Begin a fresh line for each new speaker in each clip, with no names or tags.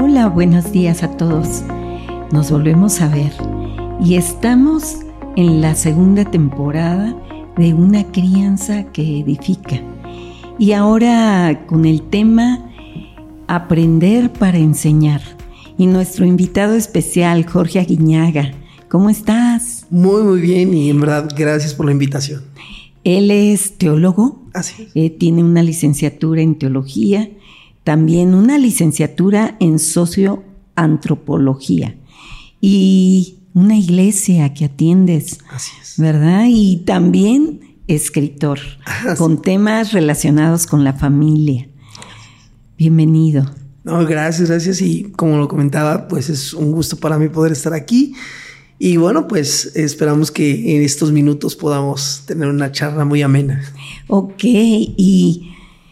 Hola, buenos días a todos. Nos volvemos a ver y estamos en la segunda temporada de Una crianza que edifica. Y ahora con el tema Aprender para enseñar. Y nuestro invitado especial, Jorge Aguiñaga. ¿Cómo estás?
Muy bien y en verdad gracias por la invitación.
Él es teólogo.
Así
es. Tiene una licenciatura en teología, también una licenciatura en socioantropología y una iglesia que atiendes.
Así es.
¿Verdad? Y también escritor con temas relacionados con la familia. Bienvenido.
No, gracias. Y como lo comentaba, pues es un gusto para mí poder estar aquí. Y bueno, pues esperamos que en estos minutos podamos tener una charla muy amena.
Ok, y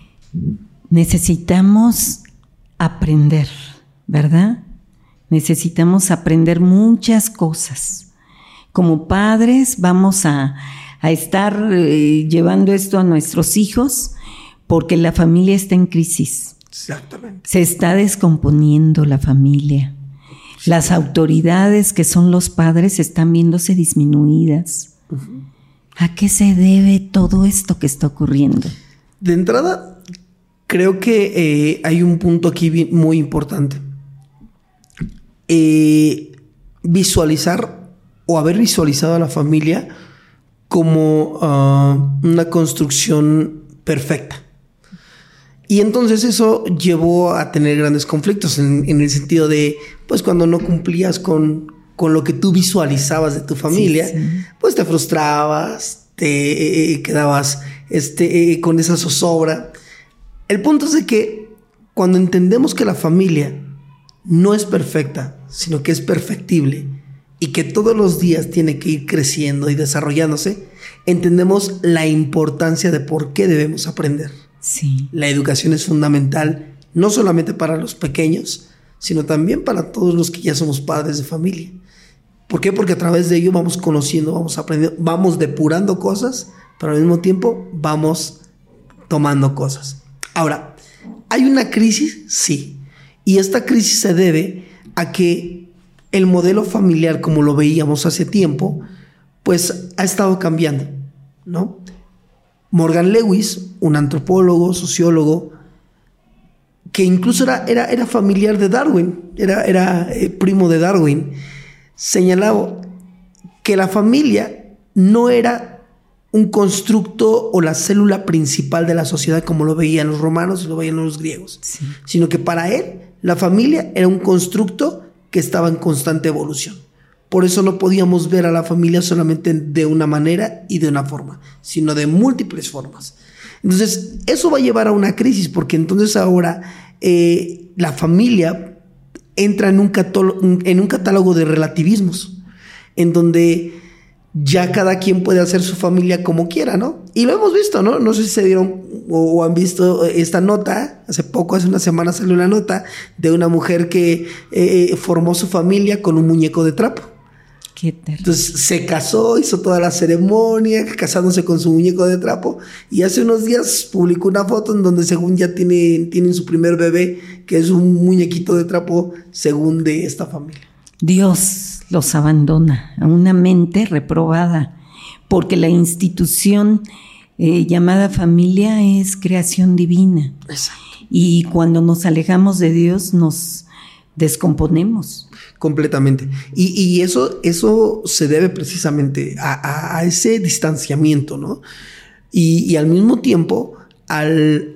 necesitamos aprender, ¿verdad? Necesitamos aprender muchas cosas. Como padres vamos a estar llevando esto a nuestros hijos porque la familia está en crisis.
Exactamente.
Se está descomponiendo la familia. Las autoridades que son los padres están viéndose disminuidas. Uh-huh. ¿A qué se debe todo esto que está ocurriendo?
De entrada, creo que hay un punto aquí muy importante. Visualizar o haber visualizado a la familia como una construcción perfecta. Y entonces eso llevó a tener grandes conflictos en el sentido de, pues cuando no cumplías con lo que tú visualizabas de tu familia, sí. Pues te frustrabas, te quedabas con esa zozobra. El punto es de que cuando entendemos que la familia no es perfecta, sino que es perfectible y que todos los días tiene que ir creciendo y desarrollándose, entendemos la importancia de por qué debemos aprender.
Sí.
La educación es fundamental, no solamente para los pequeños, sino también para todos los que ya somos padres de familia. ¿Por qué? Porque a través de ello vamos conociendo, vamos aprendiendo, vamos depurando cosas, pero al mismo tiempo vamos tomando cosas. Ahora, ¿hay una crisis? Sí. Y esta crisis se debe a que el modelo familiar, como lo veíamos hace tiempo, pues ha estado cambiando, ¿no? Morgan Lewis, un antropólogo, sociólogo, que incluso era familiar de Darwin, era primo de Darwin, señalaba que la familia no era un constructo o la célula principal de la sociedad como lo veían los romanos y lo veían los griegos, sí. Sino que para él la familia era un constructo que estaba en constante evolución. Por eso no podíamos ver a la familia solamente de una manera y de una forma, sino de múltiples formas. Entonces, eso va a llevar a una crisis, porque entonces ahora la familia entra en un catálogo de relativismos, en donde ya cada quien puede hacer su familia como quiera, ¿no? Y lo hemos visto, ¿no? No sé si se dieron o han visto esta nota. Hace una semana salió una nota de una mujer que formó su familia con un muñeco de trapo. Entonces se casó, hizo toda la ceremonia, casándose con su muñeco de trapo, y hace unos días publicó una foto en donde según ya tienen su primer bebé, que es un muñequito de trapo según de esta familia.
Dios los abandona a una mente reprobada, porque la institución llamada familia es creación divina.
Exacto.
Y cuando nos alejamos de Dios nos descomponemos.
Completamente. Y eso se debe precisamente a ese distanciamiento, ¿no? Y al mismo tiempo al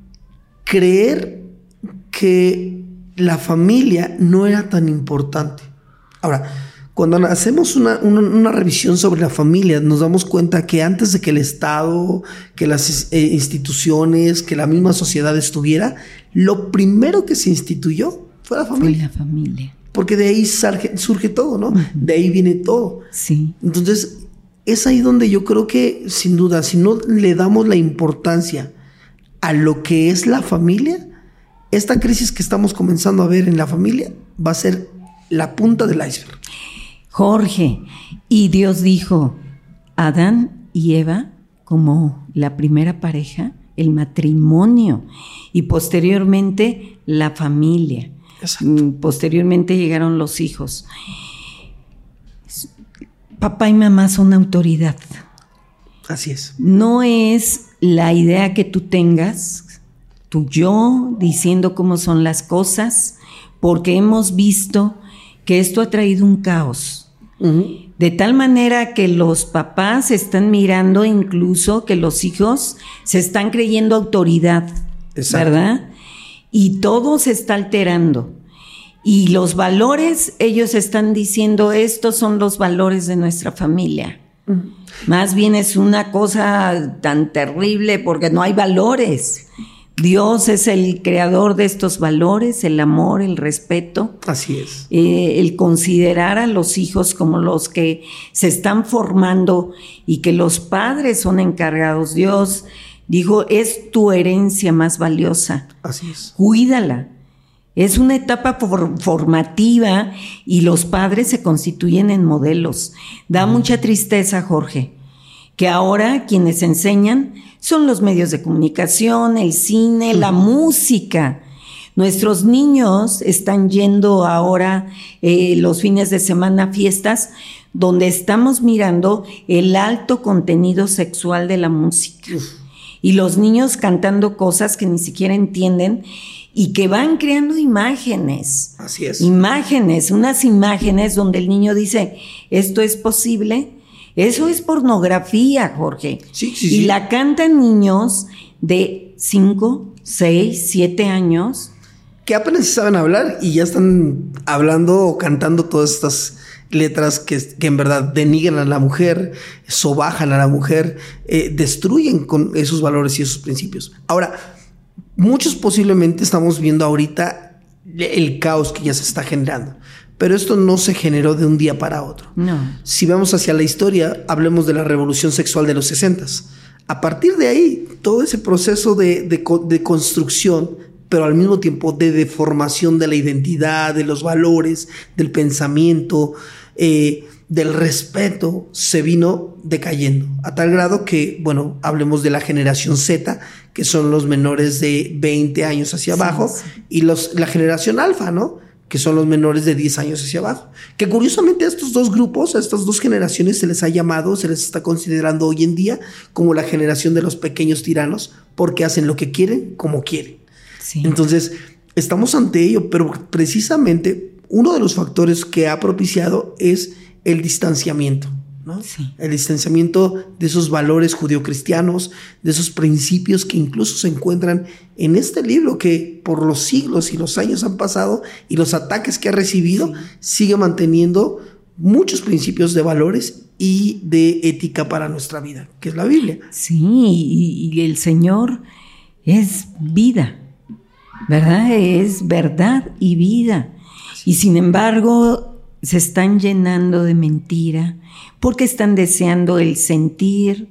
creer que la familia no era tan importante. Ahora, cuando hacemos una revisión sobre la familia, nos damos cuenta que antes de que el Estado, que las instituciones, que la misma sociedad estuviera, lo primero que se instituyó fue la familia.
Fue la familia.
Porque de ahí surge todo, ¿no? Uh-huh. De ahí viene todo.
Sí.
Entonces, es ahí donde yo creo que, sin duda, si no le damos la importancia a lo que es la familia, esta crisis que estamos comenzando a ver en la familia va a ser la punta del iceberg.
Jorge, y Dios dijo, Adán y Eva, como la primera pareja, el matrimonio, y posteriormente la familia. Posteriormente llegaron los hijos. Papá y mamá son autoridad.
Así es.
No es la idea que tú tengas, tu yo, diciendo cómo son las cosas, porque hemos visto que esto ha traído un caos. De tal manera que los papás están mirando incluso que los hijos se están creyendo autoridad, ¿verdad? Y todo se está alterando. Y los valores, ellos están diciendo, estos son los valores de nuestra familia. Más bien es una cosa tan terrible porque no hay valores. Dios es el creador de estos valores, el amor, el respeto.
Así es.
El considerar a los hijos como los que se están formando y que los padres son encargados. Dios dijo, es tu herencia más valiosa.
Así es.
Cuídala. Es una etapa formativa y los padres se constituyen en modelos. Da mucha tristeza, Jorge, que ahora quienes enseñan son los medios de comunicación, el cine, la música. Nuestros niños están yendo ahora los fines de semana a fiestas donde estamos mirando el alto contenido sexual de la música. Y los niños cantando cosas que ni siquiera entienden y que van creando imágenes.
Así es.
Unas imágenes donde el niño dice, ¿esto es posible? Eso es pornografía, Jorge.
Sí.
Y la cantan niños de 5, 6, 7 años.
Que apenas saben hablar y ya están hablando o cantando todas estas letras que en verdad denigran a la mujer, sobajan a la mujer, destruyen con esos valores y esos principios. Ahora, muchos posiblemente estamos viendo ahorita el caos que ya se está generando. Pero esto no se generó de un día para otro.
No.
Si vemos hacia la historia, hablemos de la revolución sexual de los 60s. A partir de ahí, todo ese proceso de construcción, pero al mismo tiempo de deformación de la identidad, de los valores, del pensamiento, del respeto, se vino decayendo. A tal grado que, bueno, hablemos de la generación Z, que son los menores de 20 años hacia abajo, y la generación alfa, ¿no?, que son los menores de 10 años hacia abajo. Que curiosamente a estos dos grupos, a estas dos generaciones se les está considerando hoy en día como la generación de los pequeños tiranos, porque hacen lo que quieren, como quieren. Sí. Entonces, estamos ante ello, pero precisamente uno de los factores que ha propiciado es el distanciamiento, ¿no? Sí. El distanciamiento de esos valores judeocristianos, de esos principios que incluso se encuentran en este libro que por los siglos y los años han pasado y los ataques que ha recibido, sigue manteniendo muchos principios de valores y de ética para nuestra vida, que es la Biblia.
Sí, y el Señor es vida, ¿verdad? Es verdad y vida. Y sin embargo, se están llenando de mentira porque están deseando el sentir,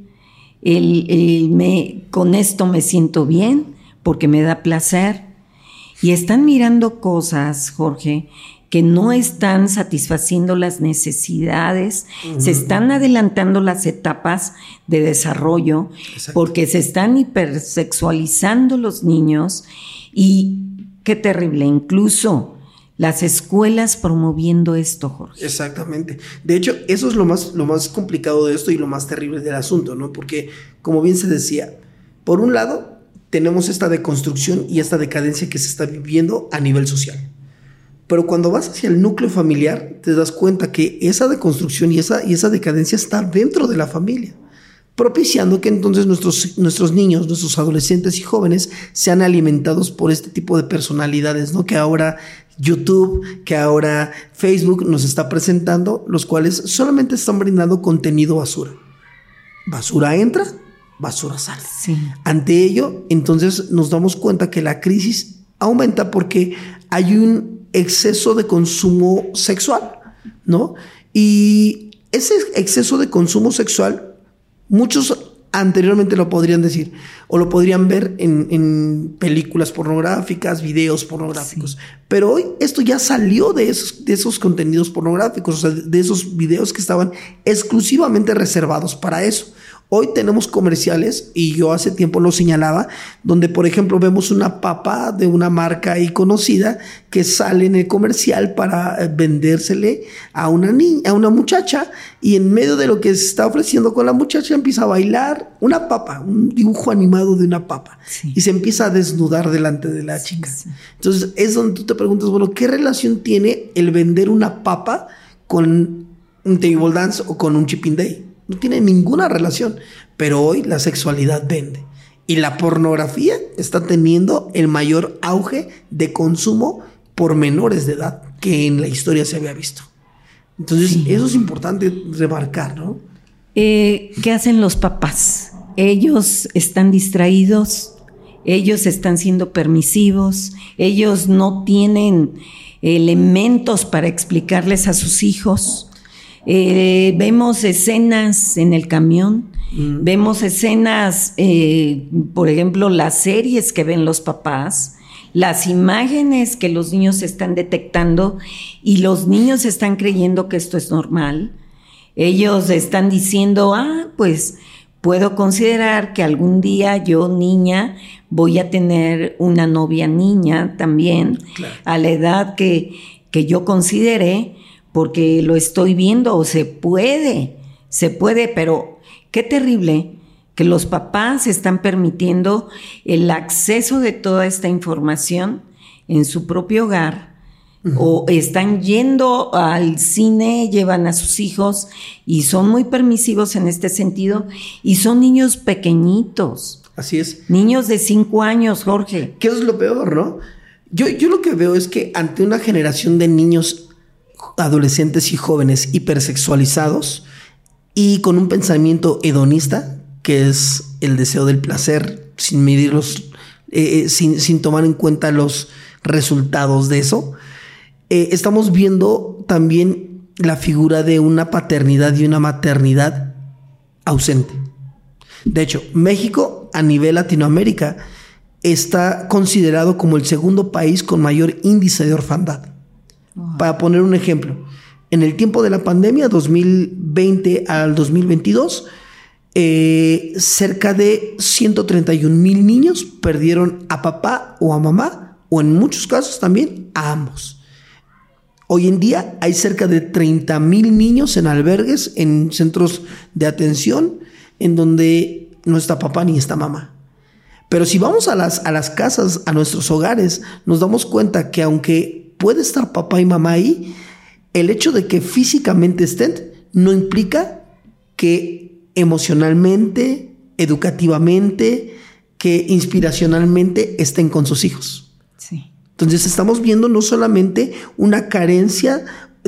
con esto me siento bien, porque me da placer. Y están mirando cosas, Jorge, que no están satisfaciendo las necesidades, se están adelantando las etapas de desarrollo. Exacto. Porque se están hipersexualizando los niños y qué terrible, incluso las escuelas promoviendo esto, Jorge.
Exactamente. De hecho, eso es lo más complicado de esto y lo más terrible del asunto, ¿no? Porque, como bien se decía, por un lado tenemos esta deconstrucción y esta decadencia que se está viviendo a nivel social. Pero cuando vas hacia el núcleo familiar, te das cuenta que esa deconstrucción y esa decadencia está dentro de la familia, propiciando que entonces nuestros niños, nuestros adolescentes y jóvenes sean alimentados por este tipo de personalidades, ¿no? Que ahora YouTube, que ahora Facebook nos está presentando, los cuales solamente están brindando contenido basura. Basura entra, basura sale.
Sí.
Ante ello, entonces nos damos cuenta que la crisis aumenta porque hay un exceso de consumo sexual, ¿no? Y ese exceso de consumo sexual, muchos anteriormente lo podrían decir o lo podrían ver en películas pornográficas, videos pornográficos. Sí. Pero hoy esto ya salió de esos contenidos pornográficos, o sea, de esos videos que estaban exclusivamente reservados para eso. Hoy tenemos comerciales, y yo hace tiempo lo señalaba, donde por ejemplo vemos una papa de una marca ahí conocida que sale en el comercial para vendérsele a una niña, a una muchacha, y en medio de lo que se está ofreciendo con la muchacha empieza a bailar una papa, un dibujo animado de una papa, sí, y se empieza a desnudar delante de la chica. Sí. Entonces es donde tú te preguntas, bueno, ¿qué relación tiene el vender una papa con un table dance o con un chipping day? No tiene ninguna relación, pero hoy la sexualidad vende y la pornografía está teniendo el mayor auge de consumo por menores de edad que en la historia se había visto. Entonces, sí, eso es importante remarcar, ¿no?
¿Qué hacen los papás? Ellos están distraídos, ellos están siendo permisivos, ellos no tienen elementos para explicarles a sus hijos. Vemos escenas en el camión, vemos escenas, por ejemplo, las series que ven los papás, las imágenes que los niños están detectando, y los niños están creyendo que esto es normal. Ellos están diciendo, pues puedo considerar que algún día yo, niña, voy a tener una novia niña también, claro, a la edad que yo consideré, porque lo estoy viendo, o se puede, pero qué terrible que los papás están permitiendo el acceso de toda esta información en su propio hogar, o están yendo al cine, llevan a sus hijos y son muy permisivos en este sentido, y son niños pequeñitos.
Así es.
Niños de 5 años, Jorge.
¿Qué es lo peor, no? Yo lo que veo es que ante una generación de niños, adolescentes y jóvenes hipersexualizados y con un pensamiento hedonista, que es el deseo del placer sin medirlos, sin tomar en cuenta los resultados de eso, estamos viendo también la figura de una paternidad y una maternidad ausente. De hecho, México a nivel Latinoamérica está considerado como el segundo país con mayor índice de orfandad. Para poner un ejemplo, en el tiempo de la pandemia, 2020 al 2022, cerca de 131,000 niños perdieron a papá o a mamá, o en muchos casos también a ambos. Hoy en día hay cerca de 30,000 niños en albergues, en centros de atención, en donde no está papá ni está mamá. Pero si vamos a las casas, a nuestros hogares, nos damos cuenta que aunque puede estar papá y mamá ahí, el hecho de que físicamente estén no implica que emocionalmente, educativamente, que inspiracionalmente estén con sus hijos.
Sí.
Entonces estamos viendo no solamente una carencia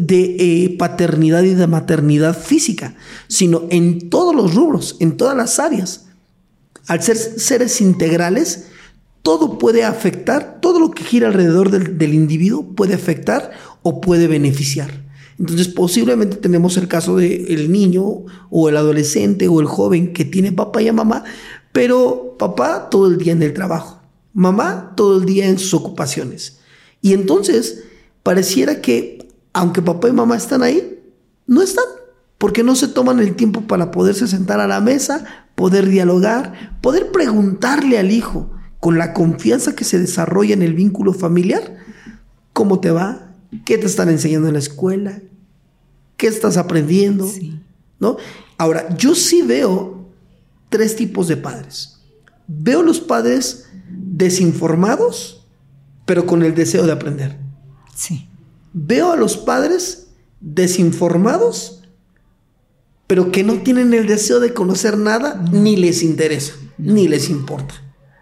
de paternidad y de maternidad física, sino en todos los rubros, en todas las áreas. Al ser seres integrales, todo puede afectar, todo lo que gira alrededor del individuo puede afectar o puede beneficiar. Entonces posiblemente tenemos el caso del niño o el adolescente o el joven que tiene papá y a mamá, pero papá todo el día en el trabajo, mamá todo el día en sus ocupaciones. Y entonces pareciera que aunque papá y mamá están ahí, no están, porque no se toman el tiempo para poderse sentar a la mesa, poder dialogar, poder preguntarle al hijo, con la confianza que se desarrolla en el vínculo familiar, ¿cómo te va? ¿Qué te están enseñando en la escuela? ¿Qué estás aprendiendo? Sí. ¿No? Ahora, yo sí veo 3 tipos de padres. Veo los padres desinformados, pero con el deseo de aprender.
Sí.
Veo a los padres desinformados, pero que no tienen el deseo de conocer nada, ni les interesa, ni les importa.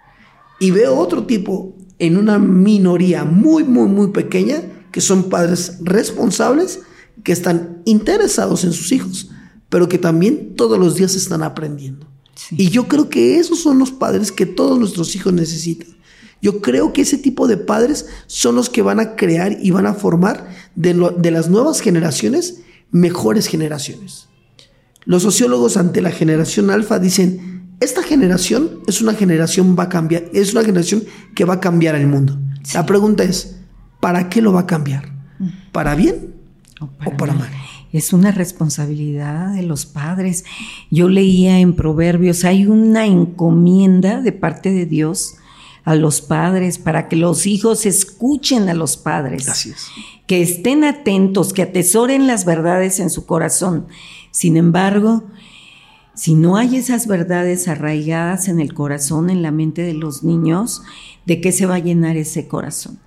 Y veo otro tipo en una minoría muy, muy, muy pequeña, que son padres responsables, que están interesados en sus hijos, pero que también todos los días están aprendiendo. Sí. Y yo creo que esos son los padres que todos nuestros hijos necesitan. Yo creo que ese tipo de padres son los que van a crear y van a formar de las nuevas generaciones mejores generaciones. Los sociólogos ante la generación alfa dicen: esta generación es una generación es una generación que va a cambiar el mundo. Sí. La pregunta es, ¿para qué lo va a cambiar? ¿Para bien o para mal?
es una responsabilidad de los padres. Yo leía en Proverbios, hay una encomienda de parte de Dios a los padres para que los hijos escuchen a los padres.
Así es.
Que estén atentos, que atesoren las verdades en su corazón. Sin embargo, si no hay esas verdades arraigadas en el corazón, en la mente de los niños, ¿de qué se va a llenar ese corazón?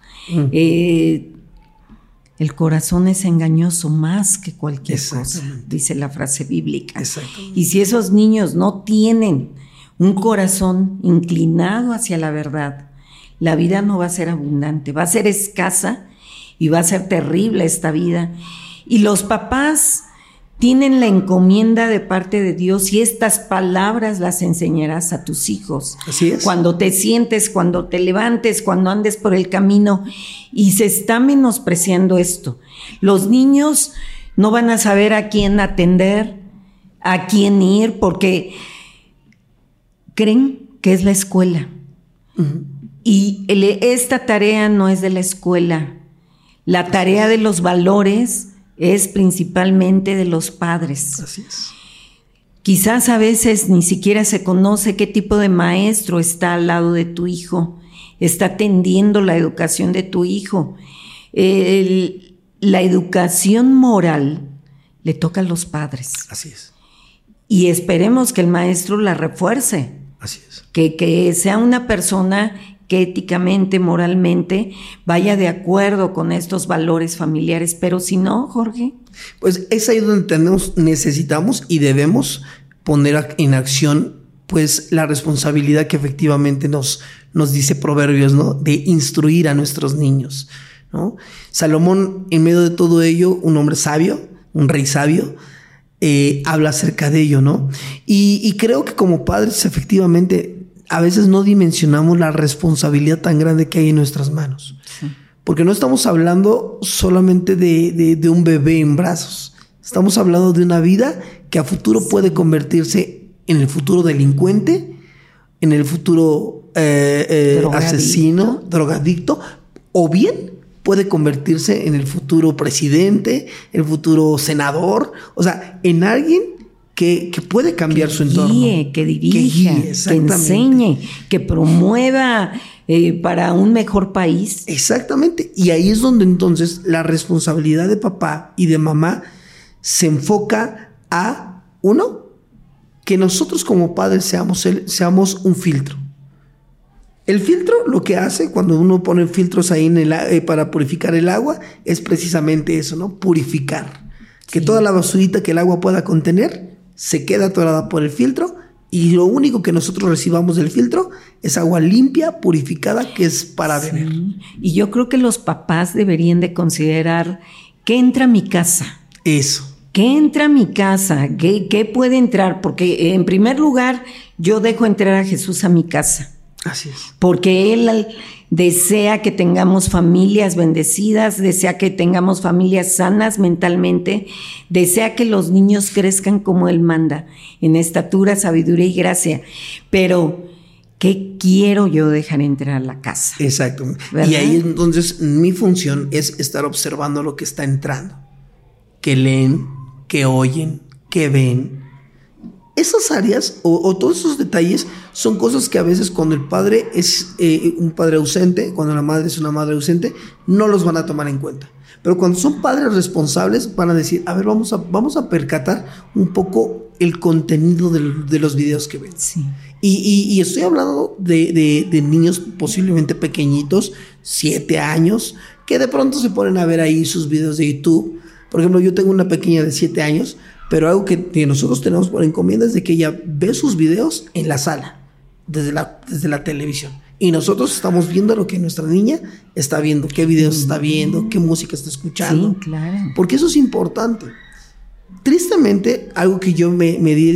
El corazón es engañoso más que cualquier cosa, dice la frase bíblica. Y si esos niños no tienen un corazón inclinado hacia la verdad, la vida no va a ser abundante, va a ser escasa y va a ser terrible esta vida. Y los papás tienen la encomienda de parte de Dios y estas palabras las enseñarás a tus hijos.
Así es.
Cuando te sientes, cuando te levantes, cuando andes por el camino, y se está menospreciando esto. Los niños no van a saber a quién atender, a quién ir, porque creen que es la escuela. Uh-huh. Y esta tarea no es de la escuela. La tarea de los valores es principalmente de los padres.
Así es.
Quizás a veces ni siquiera se conoce qué tipo de maestro está al lado de tu hijo, está atendiendo la educación de tu hijo. La educación moral le toca a los padres.
Así es.
Y esperemos que el maestro la refuerce.
Así es.
Que sea una persona que éticamente, moralmente, vaya de acuerdo con estos valores familiares. Pero si no, Jorge.
Pues es ahí donde necesitamos y debemos poner en acción pues la responsabilidad que efectivamente nos dice Proverbios, ¿no? De instruir a nuestros niños, ¿no? Salomón, en medio de todo ello, un hombre sabio, un rey sabio, habla acerca de ello, ¿no? Y creo que como padres efectivamente a veces no dimensionamos la responsabilidad tan grande que hay en nuestras manos. Sí. Porque no estamos hablando solamente de un bebé en brazos. Estamos hablando de una vida que a futuro puede convertirse en el futuro delincuente, en el futuro asesino, drogadicto, o bien puede convertirse en el futuro presidente, el futuro senador, o sea, en alguien que puede cambiar su entorno.
Que dirija, que enseñe, que promueva para un mejor país.
Exactamente. Y ahí es donde entonces la responsabilidad de papá y de mamá se enfoca a, uno, que nosotros como padres seamos un filtro. El filtro lo que hace cuando uno pone filtros ahí para purificar el agua es precisamente eso, ¿no? Purificar. Que sí. Toda la basurita que el agua pueda contener se queda atorada por el filtro y lo único que nosotros recibamos del filtro es agua limpia, purificada, que es para beber.
Y yo creo que los papás deberían de considerar ¿qué entra a mi casa?
Eso.
¿Qué entra a mi casa? ¿Qué puede entrar? Porque en primer lugar yo dejo entrar a Jesús a mi casa.
Así es.
Porque Él desea que tengamos familias bendecidas, desea que tengamos familias sanas mentalmente, desea que los niños crezcan como Él manda, en estatura, sabiduría y gracia. Pero, ¿qué quiero yo dejar entrar a la casa?
Exacto.
¿Verdad?
Y ahí entonces mi función es estar observando lo que está entrando. Que leen, que oyen, que ven. Esas áreas o todos esos detalles son cosas que a veces cuando el padre es un padre ausente, cuando la madre es una madre ausente, no los van a tomar en cuenta. Pero cuando son padres responsables van a decir, a ver, vamos a percatar un poco el contenido de los videos que ven.
Sí.
Y estoy hablando de niños posiblemente pequeñitos, 7 años, que de pronto se ponen a ver ahí sus videos de YouTube. Por ejemplo, yo tengo una pequeña de 7 años, pero algo que nosotros tenemos por encomienda es de que ella ve sus videos en la sala, desde la televisión. Y nosotros estamos viendo lo que nuestra niña está viendo, qué videos está viendo, qué música está escuchando.
Sí, claro.
Porque eso es importante. Tristemente, algo que yo me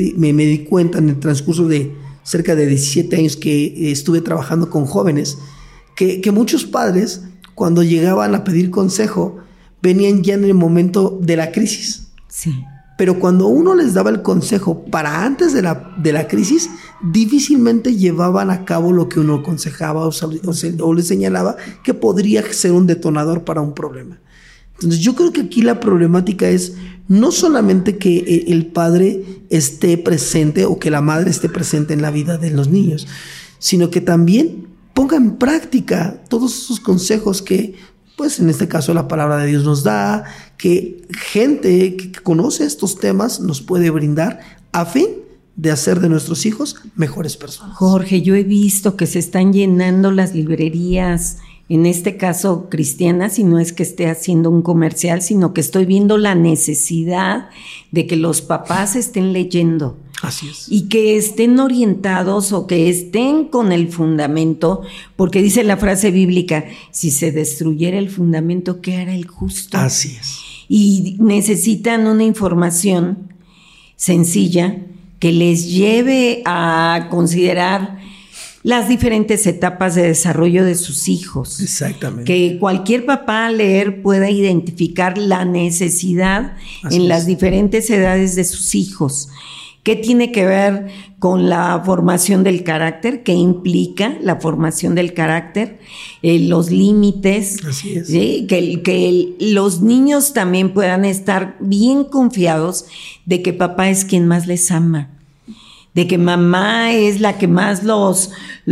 di cuenta en el transcurso de cerca de 17 años que estuve trabajando con jóvenes, que muchos padres, cuando llegaban a pedir consejo, venían ya en el momento de la crisis.
Sí.
Pero cuando uno les daba el consejo para antes de la crisis, difícilmente llevaban a cabo lo que uno aconsejaba o les señalaba que podría ser un detonador para un problema. Entonces yo creo que aquí la problemática es no solamente que el padre esté presente o que la madre esté presente en la vida de los niños, sino que también ponga en práctica todos esos consejos que, pues en este caso, la palabra de Dios nos da, que gente que conoce estos temas nos puede brindar a fin de hacer de nuestros hijos mejores personas.
Jorge, yo he visto que se están llenando las librerías, en este caso cristianas, y no es que esté haciendo un comercial, sino que estoy viendo la necesidad de que los papás estén leyendo.
Así es.
Y que estén orientados o que estén con el fundamento, porque dice la frase bíblica, si se destruyera el fundamento, ¿qué hará el justo?
Así es.
Y necesitan una información sencilla que les lleve a considerar las diferentes etapas de desarrollo de sus hijos.
Exactamente.
Que cualquier papá al leer pueda identificar la necesidad en las diferentes edades de sus hijos. ¿Qué tiene que ver con la formación del carácter? ¿Qué implica la formación del carácter? Los límites.
Así es.
¿Sí? Que los niños también puedan estar bien confiados de que papá es quien más les ama, de que mamá es la que más los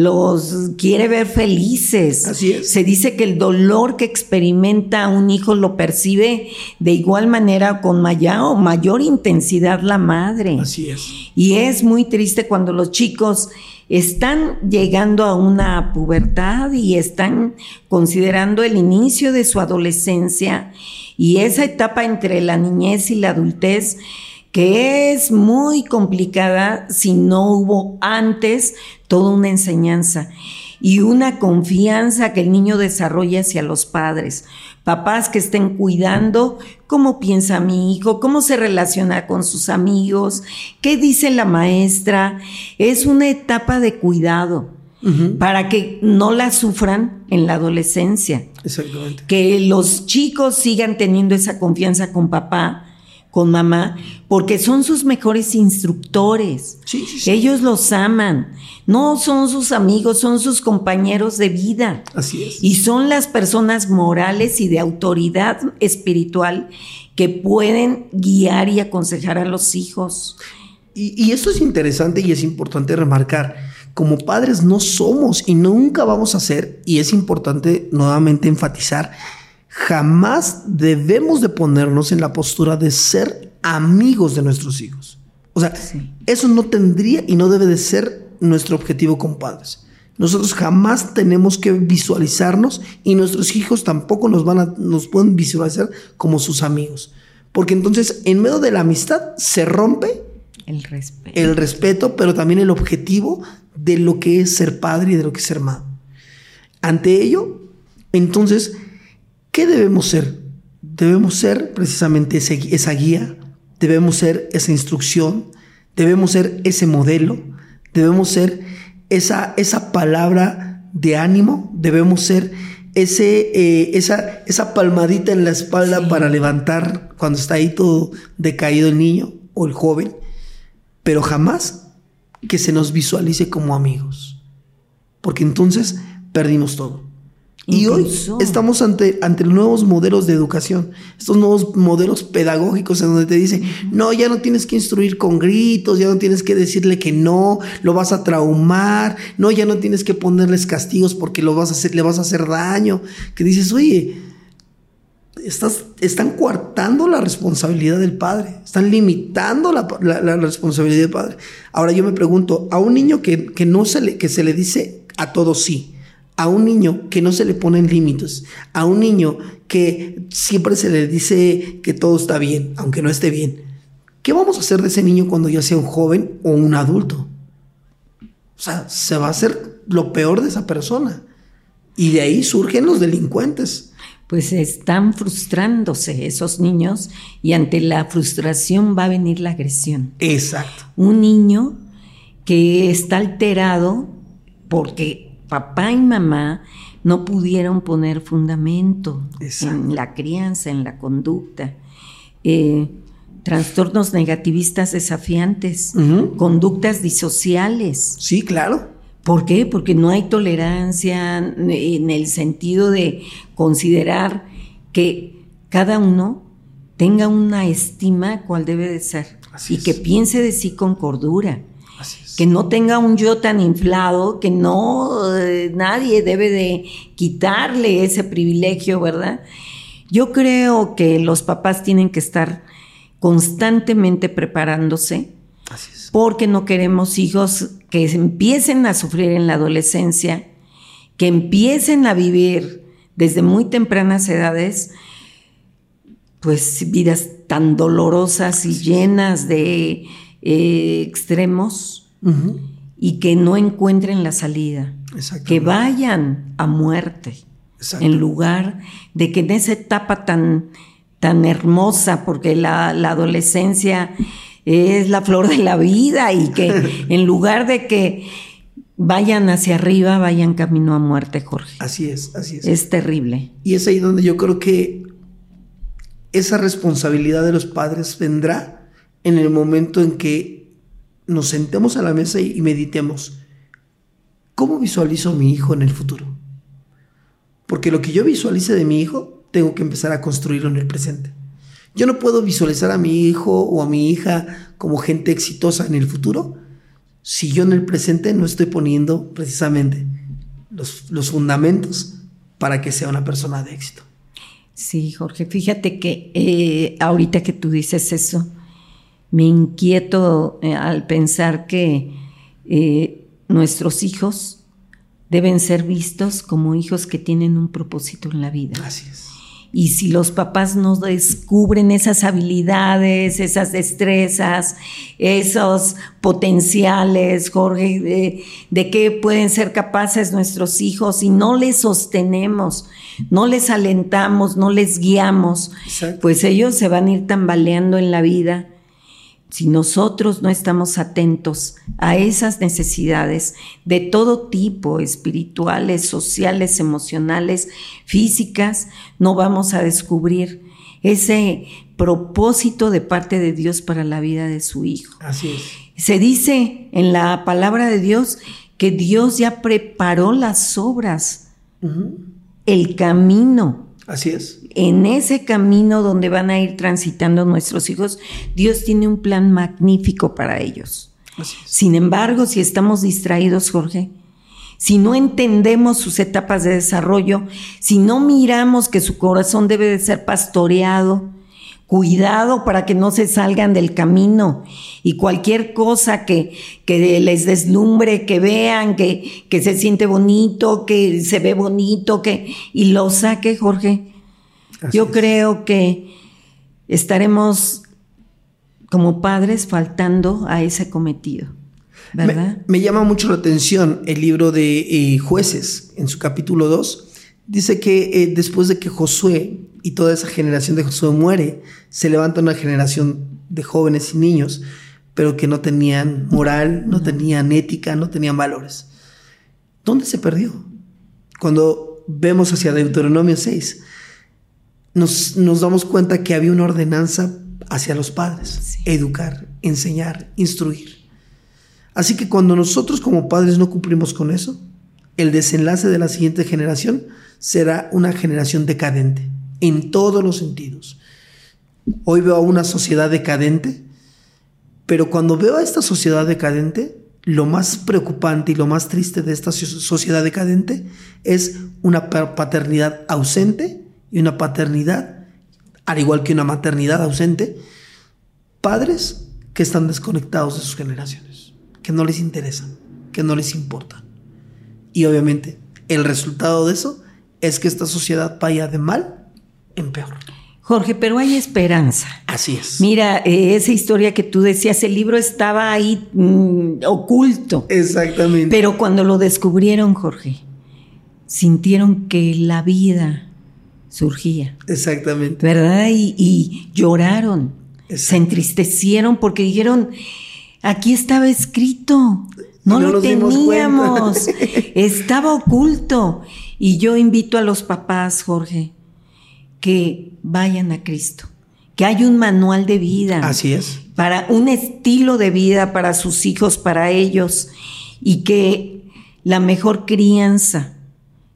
quiere ver felices.
Así es.
Se dice que el dolor que experimenta un hijo lo percibe de igual manera, con mayor intensidad la madre.
Así es.
Y es muy triste cuando los chicos están llegando a una pubertad y están considerando el inicio de su adolescencia y esa etapa entre la niñez y la adultez, que es muy complicada si no hubo antes toda una enseñanza y una confianza que el niño desarrolla hacia los padres. Papás que estén cuidando cómo piensa mi hijo, cómo se relaciona con sus amigos, qué dice la maestra. Es una etapa de cuidado para que no la sufran en la adolescencia.
Exactamente.
Que los chicos sigan teniendo esa confianza con papá, con mamá, porque son sus mejores instructores.
Sí, sí, sí.
Ellos los aman. No son sus amigos, son sus compañeros de vida.
Así es.
Y son las personas morales y de autoridad espiritual que pueden guiar y aconsejar a los hijos.
Y esto es interesante y es importante remarcar. Como padres no somos y nunca vamos a ser, y es importante nuevamente enfatizar, jamás debemos de ponernos en la postura de ser amigos de nuestros hijos. O sea, eso no tendría y no debe de ser nuestro objetivo como padres. Nosotros jamás tenemos que visualizarnos y nuestros hijos tampoco nos pueden visualizar como sus amigos. Porque entonces, en medio de la amistad, se rompe el respeto, pero también el objetivo de lo que es ser padre y de lo que es ser madre. Ante ello, entonces, ¿qué debemos ser? Debemos ser precisamente esa guía, debemos ser esa instrucción, debemos ser ese modelo, debemos ser esa palabra de ánimo, debemos ser esa palmadita en la espalda para levantar cuando está ahí todo decaído el niño o el joven, pero jamás que se nos visualice como amigos, porque entonces perdimos todo. Y
Incluso
hoy estamos ante nuevos modelos de educación, estos nuevos modelos pedagógicos en donde te dicen, no, ya no tienes que instruir con gritos, ya no tienes que decirle que no, lo vas a traumar, no, ya no tienes que ponerles castigos porque le vas a hacer daño. Que dices, oye, están coartando la responsabilidad del padre, están limitando la responsabilidad del padre. Ahora yo me pregunto, a un niño que se le dice a todo sí, a un niño que no se le ponen límites, a un niño que siempre se le dice que todo está bien, aunque no esté bien, ¿qué vamos a hacer de ese niño cuando ya sea un joven o un adulto? O sea, se va a hacer lo peor de esa persona. Y de ahí surgen los delincuentes.
Pues están frustrándose esos niños y ante la frustración va a venir la agresión.
Exacto.
Un niño que está alterado porque papá y mamá no pudieron poner fundamento en la crianza, en la conducta. Trastornos negativistas desafiantes, conductas disociales.
Sí, claro.
¿Por qué? Porque no hay tolerancia en el sentido de considerar que cada uno tenga una estima cual debe de ser.
Así
y
es.
Que piense de sí con cordura.
Así es.
Que no tenga un yo tan inflado, que no nadie debe de quitarle ese privilegio, ¿verdad? Yo creo que los papás tienen que estar constantemente preparándose.
Así es.
Porque no queremos hijos que empiecen a sufrir en la adolescencia, que empiecen a vivir desde muy tempranas edades, pues vidas tan dolorosas y llenas de extremos,
Uh-huh.
y que no encuentren la salida, que vayan a muerte, en lugar de que en esa etapa tan hermosa, porque la adolescencia es la flor de la vida, y que en lugar de que vayan hacia arriba, vayan camino a muerte, Jorge.
Así es, así es.
Es terrible.
Y es ahí donde yo creo que esa responsabilidad de los padres vendrá en el momento en que nos sentemos a la mesa y meditemos. ¿Cómo visualizo a mi hijo en el futuro? Porque lo que yo visualice de mi hijo, tengo que empezar a construirlo en el presente. Yo no puedo visualizar a mi hijo o a mi hija como gente exitosa en el futuro si yo en el presente no estoy poniendo precisamente los fundamentos para que sea una persona de éxito.
Sí, Jorge, fíjate que ahorita que tú dices eso, me inquieto al pensar que nuestros hijos deben ser vistos como hijos que tienen un propósito en la vida.
Así es.
Y si los papás no descubren esas habilidades, esas destrezas, esos potenciales, Jorge, de qué pueden ser capaces nuestros hijos, y no les sostenemos, no les alentamos, no les guiamos,
Exacto.
Pues ellos se van a ir tambaleando en la vida. Si nosotros no estamos atentos a esas necesidades de todo tipo, espirituales, sociales, emocionales, físicas, no vamos a descubrir ese propósito de parte de Dios para la vida de su hijo.
Así es.
Se dice en la palabra de Dios que Dios ya preparó las obras,
Uh-huh.
el camino.
Así es.
En ese camino donde van a ir transitando nuestros hijos, Dios tiene un plan magnífico para ellos.
Así es.
Sin embargo, si estamos distraídos, Jorge, si no entendemos sus etapas de desarrollo, si no miramos que su corazón debe de ser pastoreado, cuidado para que no se salgan del camino, y cualquier cosa que les deslumbre, que vean que se siente bonito, que se ve bonito, y lo saque, Jorge. Yo creo que estaremos como padres faltando a ese cometido, ¿verdad?
Me llama mucho la atención el libro de Jueces, en su capítulo 2. Dice que después de que Josué y toda esa generación de Josué muere, se levanta una generación de jóvenes y niños, pero que no tenían moral, no tenían ética, no tenían valores. ¿Dónde se perdió? Cuando vemos hacia Deuteronomio 6, nos damos cuenta que había una ordenanza hacia los padres: sí. Educar, enseñar, instruir. Así que cuando nosotros como padres no cumplimos con eso, el desenlace de la siguiente generación será una generación decadente en todos los sentidos. Hoy veo a una sociedad decadente, pero cuando veo a esta sociedad decadente, lo más preocupante y lo más triste de esta sociedad decadente es una paternidad ausente y una paternidad, al igual que una maternidad ausente, padres que están desconectados de sus generaciones, que no les interesan, que no les importan. Y obviamente el resultado de eso es que esta sociedad vaya de mal en peor.
Jorge, pero hay esperanza.
Así es.
Mira, esa historia que tú decías, el libro estaba ahí oculto.
Exactamente.
Pero cuando lo descubrieron, Jorge, sintieron que la vida surgía.
Exactamente.
¿Verdad? Y lloraron. Exacto. Se entristecieron porque dijeron, aquí estaba escrito. No lo teníamos. Estaba oculto. Y yo invito a los papás, Jorge, que vayan a Cristo, que hay un manual de vida.
Así es.
Para un estilo de vida para sus hijos, para ellos, y que la mejor crianza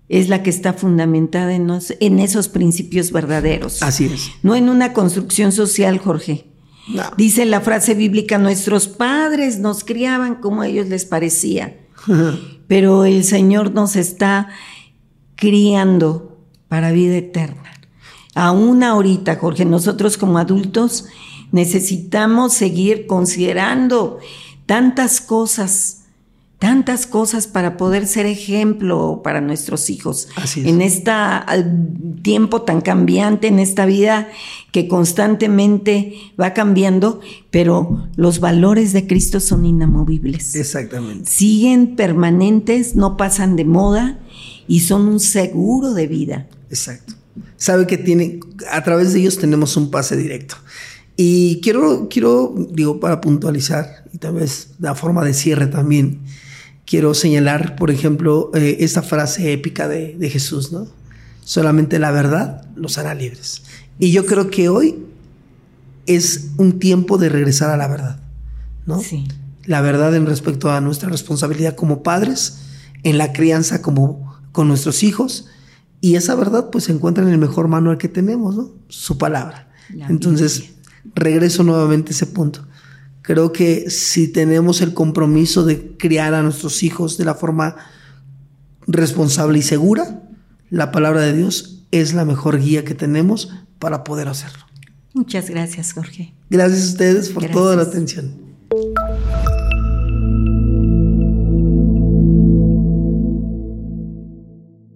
es la que está fundamentada en esos principios verdaderos.
Así es.
No en una construcción social, Jorge.
No.
Dice la frase bíblica, nuestros padres nos criaban como a ellos les parecía, pero el Señor nos está criando para vida eterna. Aún ahorita, Jorge, nosotros como adultos necesitamos seguir considerando tantas cosas para poder ser ejemplo para nuestros hijos.
Así es.
En este tiempo tan cambiante, en esta vida que constantemente va cambiando, pero los valores de Cristo son inamovibles.
Exactamente.
Siguen permanentes, no pasan de moda y son un seguro de vida.
Exacto. Sabe que a través de ellos tenemos un pase directo. Y quiero, para puntualizar, y tal vez de forma de cierre también, quiero señalar, por ejemplo, esta frase épica de Jesús, ¿no? Solamente la verdad los hará libres. Y yo creo que hoy es un tiempo de regresar a la verdad, ¿no?
Sí.
La verdad en respecto a nuestra responsabilidad como padres, en la crianza con nuestros hijos, y esa verdad pues se encuentra en el mejor manual que tenemos, ¿no? Su palabra. Entonces, regreso nuevamente a ese punto. Creo que si tenemos el compromiso de criar a nuestros hijos de la forma responsable y segura, la palabra de Dios es la mejor guía que tenemos para poder hacerlo.
Muchas gracias, Jorge.
Gracias a ustedes por toda la atención.